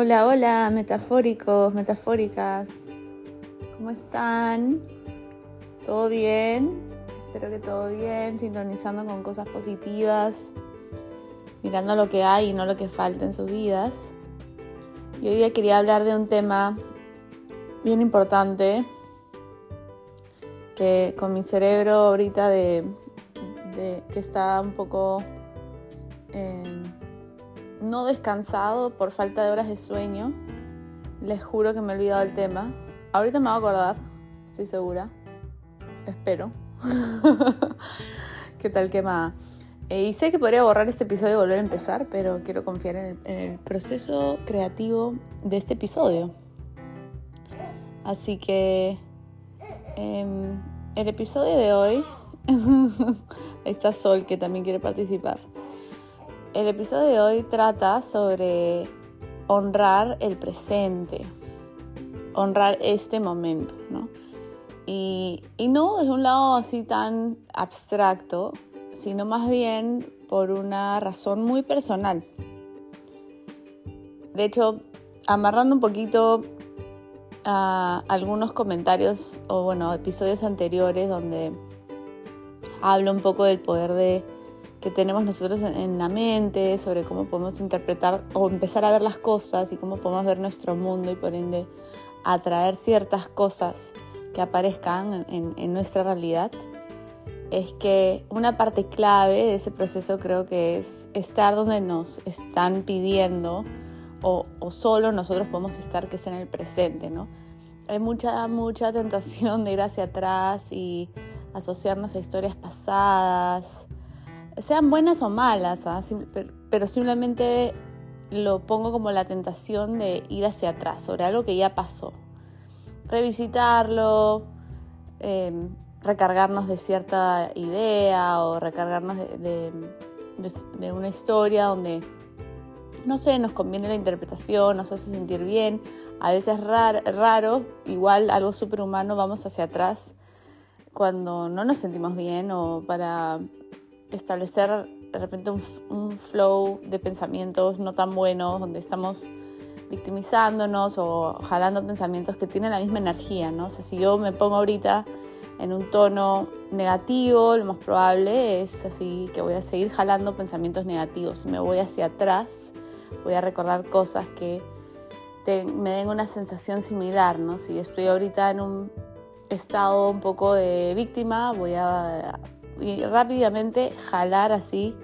Hola, hola, metafóricos, metafóricas. ¿Cómo están? ¿Todo bien? Espero que todo bien, sintonizando con cosas positivas, mirando lo que hay y no lo que falta en sus vidas. Y hoy día quería hablar de un tema bien importante que con mi cerebro ahorita que está un poco no descansado por falta de horas de sueño. Les juro que me he olvidado del tema. Ahorita me voy a acordar, estoy segura. Espero. ¿Qué tal quemada? Y sé que podría borrar este episodio y volver a empezar, pero quiero confiar en el proceso creativo de este episodio. Así que el episodio de hoy está Sol, que también quiere participar. El episodio de hoy trata sobre honrar el presente, honrar este momento, ¿no? Y no desde un lado así tan abstracto, sino más bien por una razón muy personal. De hecho, amarrando un poquito a algunos comentarios o episodios anteriores donde hablo un poco del poder que tenemos nosotros en la mente, sobre cómo podemos interpretar o empezar a ver las cosas y cómo podemos ver nuestro mundo y por ende atraer ciertas cosas que aparezcan en nuestra realidad. Es que una parte clave de ese proceso creo que es estar donde nos están pidiendo o solo nosotros podemos estar, que es en el presente, ¿no? Hay mucha tentación de ir hacia atrás y asociarnos a historias pasadas, sean buenas o malas, pero simplemente lo pongo como la tentación de ir hacia atrás, sobre algo que ya pasó. Revisitarlo, recargarnos de cierta idea o recargarnos de una historia donde, no sé, nos conviene la interpretación, nos hace sentir bien. A veces raro, igual algo superhumano, vamos hacia atrás cuando no nos sentimos bien o para establecer de repente un flow de pensamientos no tan buenos, donde estamos victimizándonos o jalando pensamientos que tienen la misma energía, ¿no? O sea, si yo me pongo ahorita en un tono negativo, lo más probable es así que voy a seguir jalando pensamientos negativos. Si me voy hacia atrás, voy a recordar cosas que me den una sensación similar, ¿no? Si estoy ahorita en un estado un poco de víctima, voy a rápidamente jalar así,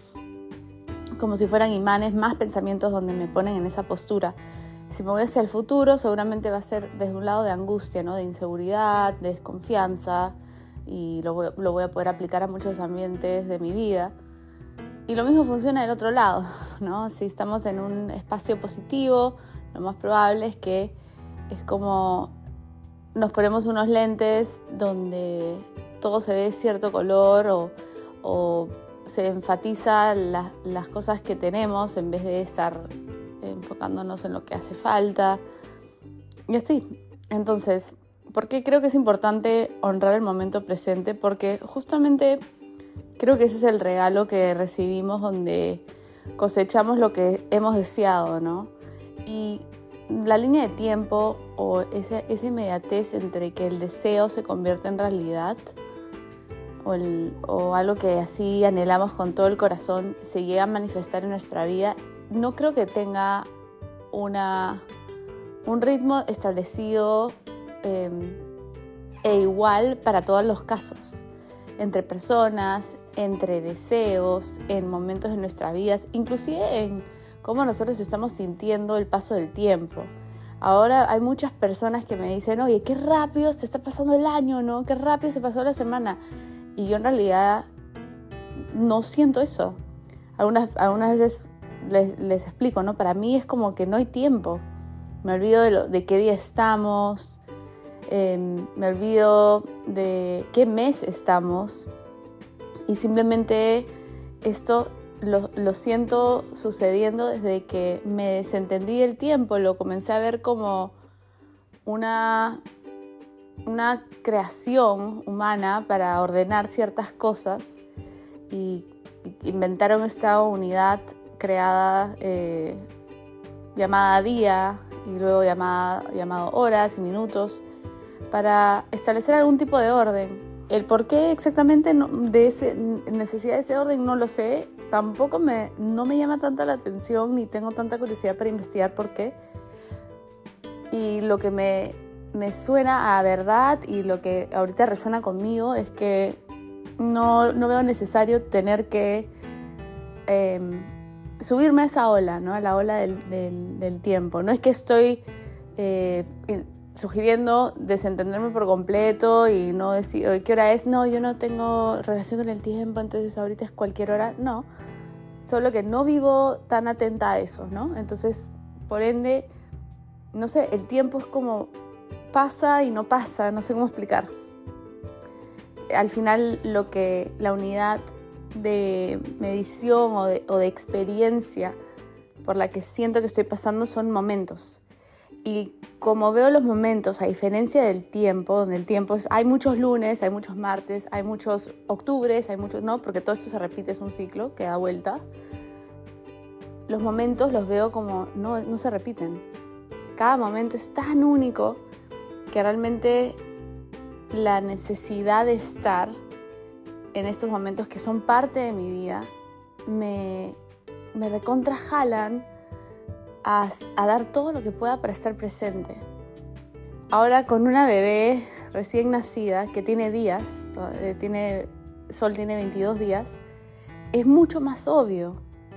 como si fueran imanes, más pensamientos donde me ponen en esa postura. Si me voy hacia el futuro, seguramente va a ser desde un lado de angustia, ¿no? De inseguridad, de desconfianza, y lo voy a poder aplicar a muchos ambientes de mi vida. Y lo mismo funciona del otro lado, ¿no? Si estamos en un espacio positivo, lo más probable es que es como nos ponemos unos lentes donde todo se ve de cierto color o se enfatiza las cosas que tenemos en vez de estar enfocándonos en lo que hace falta. Y así. Entonces, ¿por qué creo que es importante honrar el momento presente? Porque justamente creo que ese es el regalo que recibimos, donde cosechamos lo que hemos deseado, ¿no? Y la línea de tiempo o esa inmediatez entre que el deseo se convierte en realidad o algo que así anhelamos con todo el corazón se llega a manifestar en nuestra vida, no creo que tenga un ritmo establecido e igual para todos los casos, entre personas, entre deseos, en momentos de nuestras vidas, inclusive en cómo nosotros estamos sintiendo el paso del tiempo. Ahora hay muchas personas que me dicen, oye, qué rápido se está pasando el año, ¿no? Qué rápido se pasó la semana. Y yo en realidad no siento eso. Algunas veces les explico, ¿no? Para mí es como que no hay tiempo. Me olvido de qué día estamos, me olvido de qué mes estamos. Y simplemente esto lo siento sucediendo desde que me desentendí del tiempo. Lo comencé a ver como una creación humana para ordenar ciertas cosas y inventaron esta unidad creada llamada día y luego llamado horas y minutos, para establecer algún tipo de orden. El por qué exactamente necesidad de ese orden no lo sé, tampoco no me llama tanta la atención ni tengo tanta curiosidad para investigar por qué. Y lo que me suena a verdad y lo que ahorita resuena conmigo es que no veo necesario tener que subirme a esa ola, ¿no? A la ola del tiempo. No es que estoy sugiriendo desentenderme por completo y no decir qué hora es. No, yo no tengo relación con el tiempo, entonces ahorita es cualquier hora. No, solo que no vivo tan atenta a eso, ¿no? Entonces, por ende, no sé, el tiempo es como pasa y no pasa, no sé cómo explicar. Al final, la unidad de medición o de experiencia por la que siento que estoy pasando son momentos. Y como veo los momentos, a diferencia del tiempo, donde el tiempo hay muchos lunes, hay muchos martes, hay muchos octubres, hay muchos no, porque todo esto se repite, es un ciclo que da vuelta. Los momentos los veo como no se repiten. Cada momento es tan único que realmente la necesidad de estar en esos momentos que son parte de mi vida me recontra jalan a dar todo lo que pueda para estar presente. Ahora con una bebé recién nacida que tiene días, Sol tiene 22 días, es mucho más obvio.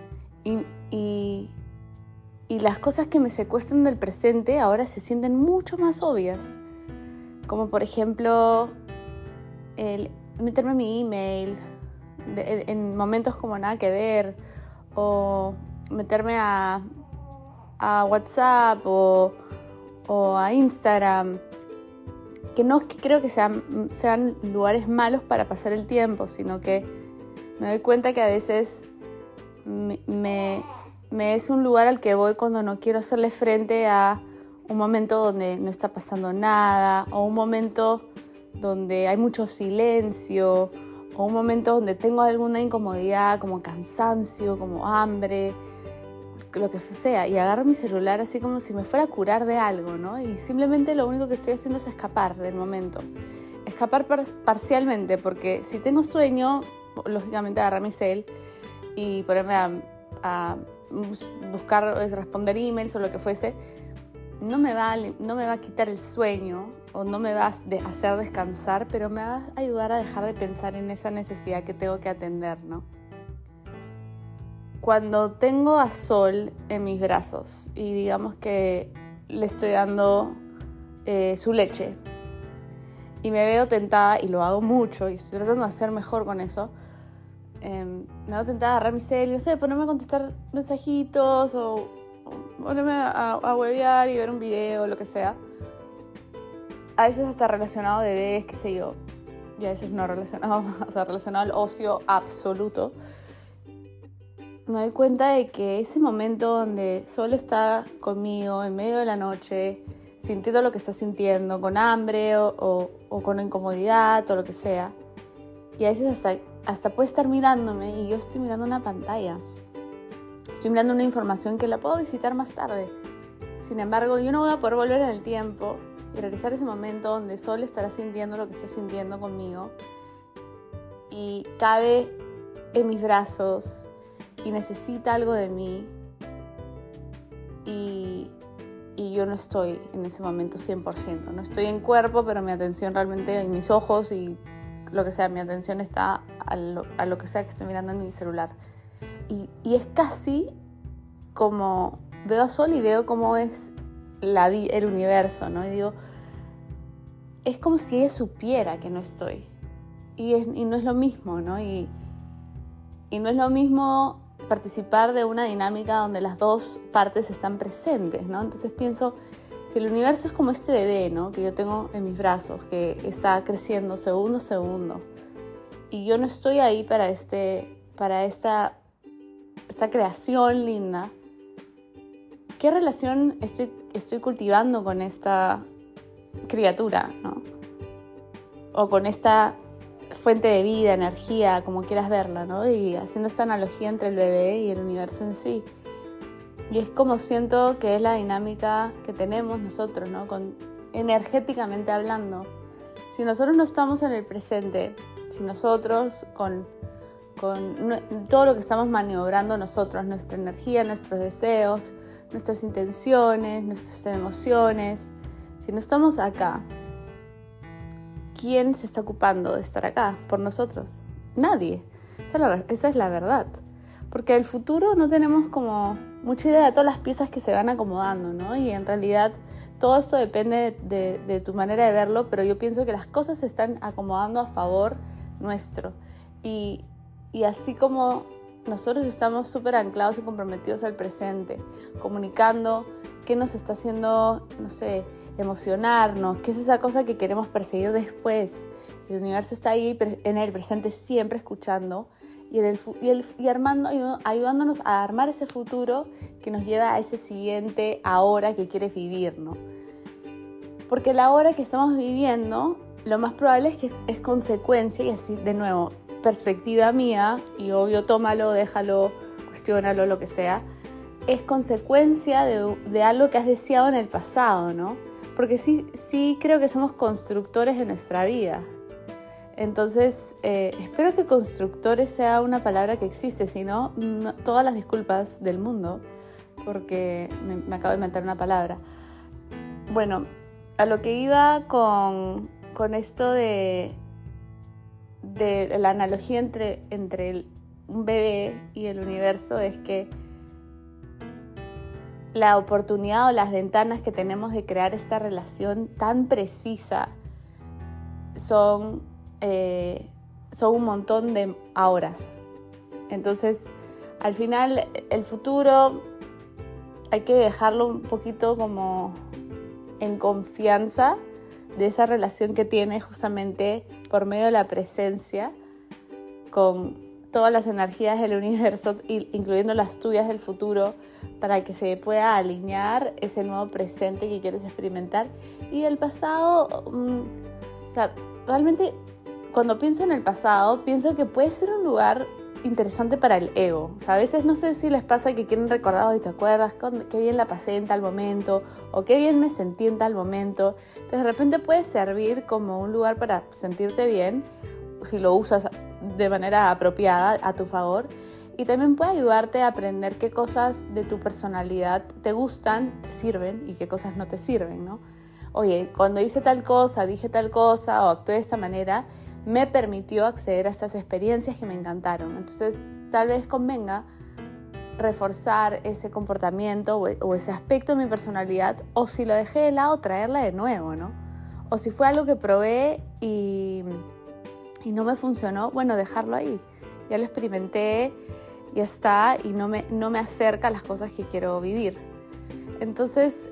Y las cosas que me secuestran del presente ahora se sienten mucho más obvias. Como por ejemplo, meterme en mi email en momentos como nada que ver, o meterme a WhatsApp o a Instagram, que no es que creo que sean lugares malos para pasar el tiempo, sino que me doy cuenta que a veces me es un lugar al que voy cuando no quiero hacerle frente a un momento donde no está pasando nada, o un momento donde hay mucho silencio, o un momento donde tengo alguna incomodidad, como cansancio, como hambre, lo que sea, y agarro mi celular así como si me fuera a curar de algo, ¿no? Y simplemente lo único que estoy haciendo es escapar del momento. Escapar parcialmente, porque si tengo sueño, lógicamente agarrar mi cel y ponerme a buscar, responder emails o lo que fuese, no me va a quitar el sueño o no me va a hacer descansar, pero me va a ayudar a dejar de pensar en esa necesidad que tengo que atender, ¿no? Cuando tengo a Sol en mis brazos y digamos que le estoy dando su leche y me veo tentada, y lo hago mucho y estoy tratando de hacer mejor con eso, me veo tentada a agarrar mi cel y no sé, ponerme a contestar mensajitos o ponerme a huevear y ver un video o lo que sea. A veces hasta relacionado a bebés, qué sé yo, y a veces no relacionado, o sea, relacionado al ocio absoluto. Me doy cuenta de que ese momento donde Sol está conmigo en medio de la noche, sintiendo lo que está sintiendo, con hambre o con incomodidad o lo que sea, y a veces hasta puede estar mirándome y yo estoy mirando una pantalla. Estoy mirando una información que la puedo visitar más tarde. Sin embargo, yo no voy a poder volver en el tiempo y regresar a ese momento donde Sol estará sintiendo lo que está sintiendo conmigo y cabe en mis brazos y necesita algo de mí y yo no estoy en ese momento 100%. No estoy en cuerpo, pero mi atención realmente en mis ojos y lo que sea, mi atención está a lo que sea que estoy mirando en mi celular. Y es casi como veo a Sol y veo cómo es el universo, ¿no? Y digo, es como si ella supiera que no estoy. Y no es lo mismo, ¿no? Y no es lo mismo participar de una dinámica donde las dos partes están presentes, ¿no? Entonces pienso, si el universo es como este bebé, ¿no? Que yo tengo en mis brazos, que está creciendo segundo a segundo, y yo no estoy ahí para esta creación linda, ¿qué relación estoy cultivando con esta criatura, ¿no? O con esta fuente de vida, energía, como quieras verla, ¿no? Y haciendo esta analogía entre el bebé y el universo en sí. Y es como siento que es la dinámica que tenemos nosotros, ¿no? Energéticamente hablando. Si nosotros no estamos en el presente, si nosotros con todo lo que estamos maniobrando nosotros, nuestra energía, nuestros deseos, nuestras intenciones, nuestras emociones, si no estamos acá, ¿quién se está ocupando de estar acá por nosotros? Nadie. Esa es la verdad. Porque el futuro no tenemos como mucha idea de todas las piezas que se van acomodando, ¿no? Y en realidad todo esto depende de tu manera de verlo, pero yo pienso que las cosas se están acomodando a favor nuestro. Y así como nosotros estamos súper anclados y comprometidos al presente, comunicando qué nos está haciendo, no sé, emocionarnos, qué es esa cosa que queremos perseguir después. El universo está ahí en el presente siempre escuchando y ayudándonos a armar ese futuro que nos lleva a ese siguiente ahora que quieres vivir, ¿no? Porque la hora que estamos viviendo, lo más probable es que es consecuencia, y así de nuevo, perspectiva mía, y obvio tómalo, déjalo, cuestiónalo, lo que sea, es consecuencia de algo que has deseado en el pasado, ¿no? Porque sí creo que somos constructores de nuestra vida. Entonces, espero que constructores sea una palabra que existe, si no, todas las disculpas del mundo, porque me acabo de inventar una palabra. Bueno, a lo que iba con esto de la analogía entre un bebé y el universo es que la oportunidad o las ventanas que tenemos de crear esta relación tan precisa son un montón de horas. Entonces, al final, el futuro hay que dejarlo un poquito como en confianza de esa relación que tiene justamente por medio de la presencia con todas las energías del universo, incluyendo las tuyas del futuro, para que se pueda alinear ese nuevo presente que quieres experimentar. Y el pasado, o sea, realmente cuando pienso en el pasado, pienso que puede ser un lugar interesante para el ego. O sea, a veces no sé si les pasa que quieren recordar, ¿te acuerdas qué bien la pasé en tal momento? O qué bien me sentí en tal momento. Entonces de repente puede servir como un lugar para sentirte bien, si lo usas de manera apropiada a tu favor. Y también puede ayudarte a aprender qué cosas de tu personalidad te gustan, te sirven, y qué cosas no te sirven, ¿no? Oye, cuando hice tal cosa, dije tal cosa o actué de esta manera, me permitió acceder a estas experiencias que me encantaron. Entonces, tal vez convenga reforzar ese comportamiento o ese aspecto de mi personalidad, o si lo dejé de lado, traerla de nuevo, ¿no? O si fue algo que probé y no me funcionó, bueno, dejarlo ahí. Ya lo experimenté, ya está, y no me acerca a las cosas que quiero vivir. Entonces,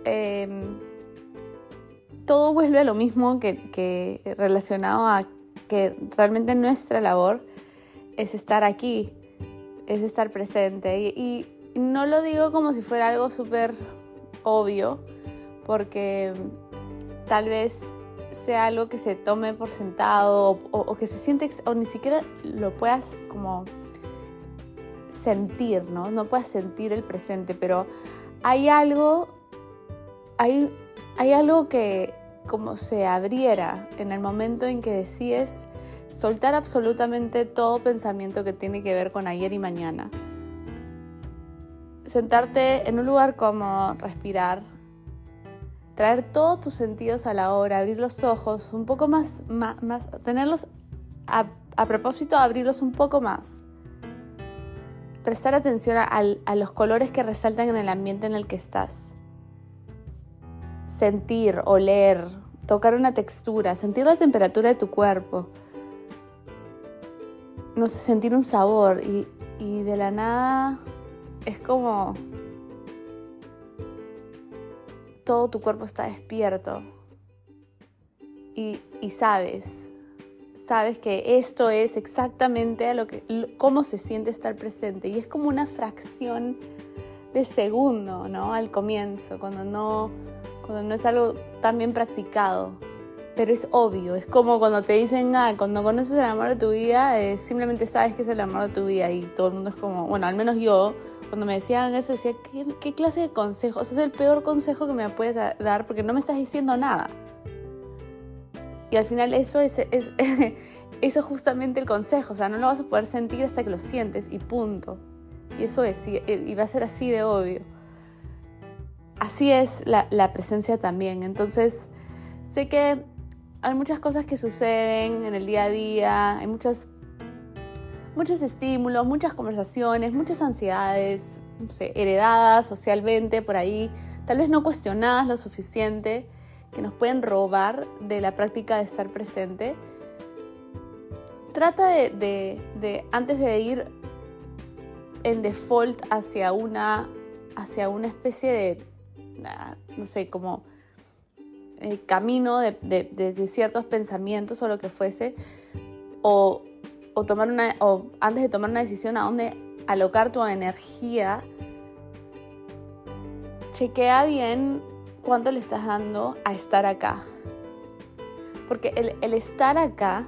todo vuelve a lo mismo que relacionado a que realmente nuestra labor es estar aquí, es estar presente. Y no lo digo como si fuera algo súper obvio, porque tal vez sea algo que se tome por sentado o que se siente, o ni siquiera lo puedas como sentir, ¿no? No puedas sentir el presente, pero hay algo que como se abriera en el momento en que decides soltar absolutamente todo pensamiento que tiene que ver con ayer y mañana. Sentarte en un lugar cómodo, respirar, traer todos tus sentidos a la hora, abrir los ojos un poco más tenerlos a propósito, abrirlos un poco más. Prestar atención a los colores que resaltan en el ambiente en el que estás. Sentir, oler, tocar una textura, sentir la temperatura de tu cuerpo. No sé, sentir un sabor y de la nada es como todo tu cuerpo está despierto y sabes que esto es exactamente cómo se siente estar presente, y es como una fracción de segundo, ¿no? Al comienzo, cuando no es algo tan bien practicado. pero es obvio. Es como cuando te dicen, cuando conoces el amor de tu vida, simplemente sabes que es el amor de tu vida, y todo el mundo es como, bueno, al menos yo, cuando me decían eso, decía, ¿qué clase de consejo? O sea, es el peor consejo que me puedes dar, porque no me estás diciendo nada. Y al final eso es eso es justamente el consejo. O sea, no lo vas a poder sentir hasta que lo sientes, y punto. Y eso es, y va a ser así de obvio. Así es la presencia también. Entonces, sé que hay muchas cosas que suceden en el día a día, hay muchos estímulos, muchas conversaciones, muchas ansiedades, no sé, heredadas socialmente por ahí, tal vez no cuestionadas lo suficiente, que nos pueden robar de la práctica de estar presente. Trata de antes de ir en default hacia una especie de, no sé, como camino de ciertos pensamientos o lo que fuese, o antes de tomar una decisión a dónde alocar tu energía, chequea bien cuánto le estás dando a estar acá. Porque el estar acá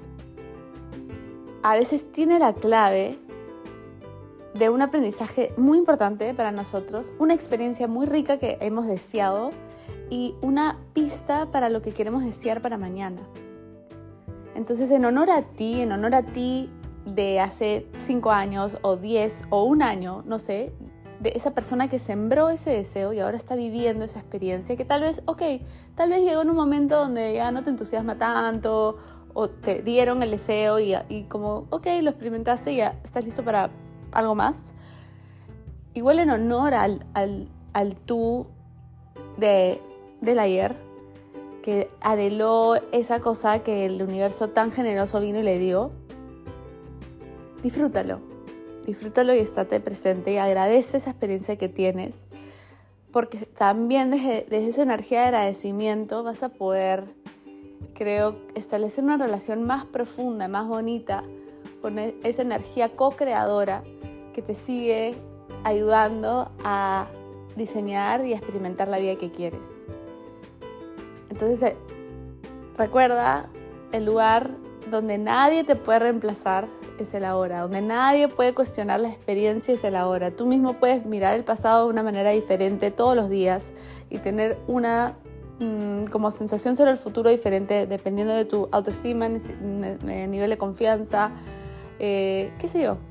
a veces tiene la clave de un aprendizaje muy importante para nosotros, una experiencia muy rica que hemos deseado y una pista para lo que queremos desear para mañana. Entonces, en honor a ti de hace 5 años o 10 o 1 año, no sé, de esa persona que sembró ese deseo y ahora está viviendo esa experiencia, que tal vez llegó en un momento donde ya no te entusiasma tanto, o te dieron el deseo y como, lo experimentaste y ya estás listo para algo más. Igual en honor al tú del ayer, que anheló esa cosa que el universo tan generoso vino y le dio, disfrútalo y estate presente y agradece esa experiencia que tienes, porque también desde esa energía de agradecimiento vas a poder, creo, establecer una relación más profunda, más bonita con esa energía co-creadora que te sigue ayudando a diseñar y a experimentar la vida que quieres. Entonces, recuerda, el lugar donde nadie te puede reemplazar es el ahora, donde nadie puede cuestionar la experiencia es el ahora. Tú mismo puedes mirar el pasado de una manera diferente todos los días y tener una como sensación sobre el futuro diferente dependiendo de tu autoestima, nivel de confianza, qué sé yo.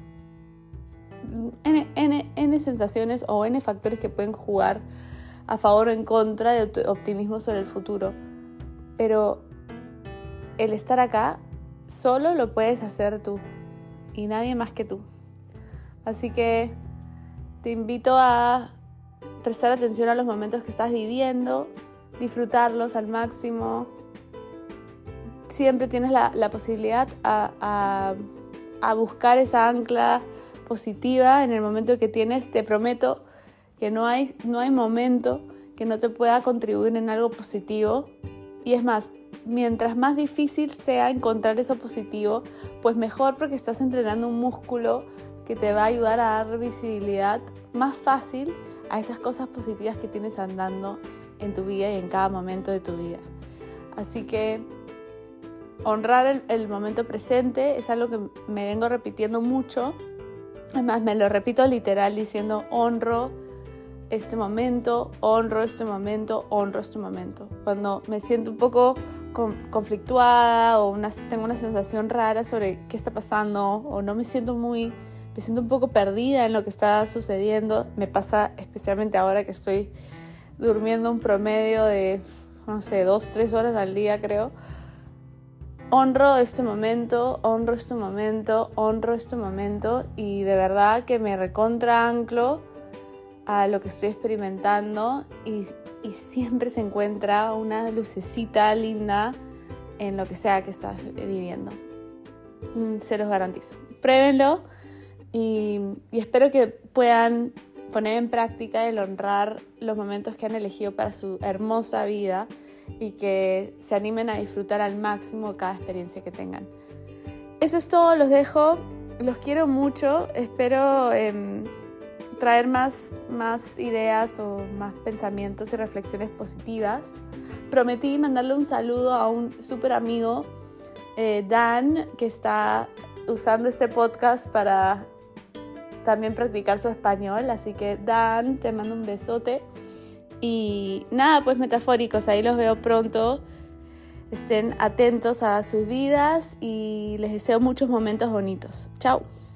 N sensaciones o N factores que pueden jugar a favor o en contra de tu optimismo sobre el futuro. Pero el estar acá solo lo puedes hacer tú y nadie más que tú. Así que te invito a prestar atención a los momentos que estás viviendo, disfrutarlos al máximo. Siempre tienes la posibilidad a buscar esa ancla positiva en el momento que tienes. Te prometo que no hay momento que no te pueda contribuir en algo positivo. Y es más, mientras más difícil sea encontrar eso positivo, pues mejor, porque estás entrenando un músculo que te va a ayudar a dar visibilidad más fácil a esas cosas positivas que tienes andando en tu vida y en cada momento de tu vida. Así que honrar el momento presente es algo que me vengo repitiendo mucho. Además, me lo repito literal diciendo: honro este momento, honro este momento, honro este momento. Cuando me siento un poco conflictuada o tengo una sensación rara sobre qué está pasando, o me siento un poco perdida en lo que está sucediendo, me pasa especialmente ahora que estoy durmiendo un promedio de, 2-3 horas al día, creo. Honro este momento, honro este momento, honro este momento, y de verdad que me recontra anclo a lo que estoy experimentando y siempre se encuentra una lucecita linda en lo que sea que estás viviendo. Se los garantizo. Pruébenlo y espero que puedan poner en práctica el honrar los momentos que han elegido para su hermosa vida y que se animen a disfrutar al máximo cada experiencia que tengan. Eso es todo, los dejo, los quiero mucho, espero traer más ideas o más pensamientos y reflexiones positivas, prometí mandarle un saludo a un súper amigo, Dan, que está usando este podcast para también practicar su español. Así que Dan, te mando un besote. Y nada, pues metafóricos, ahí los veo pronto. Estén atentos a sus vidas y les deseo muchos momentos bonitos. Chao.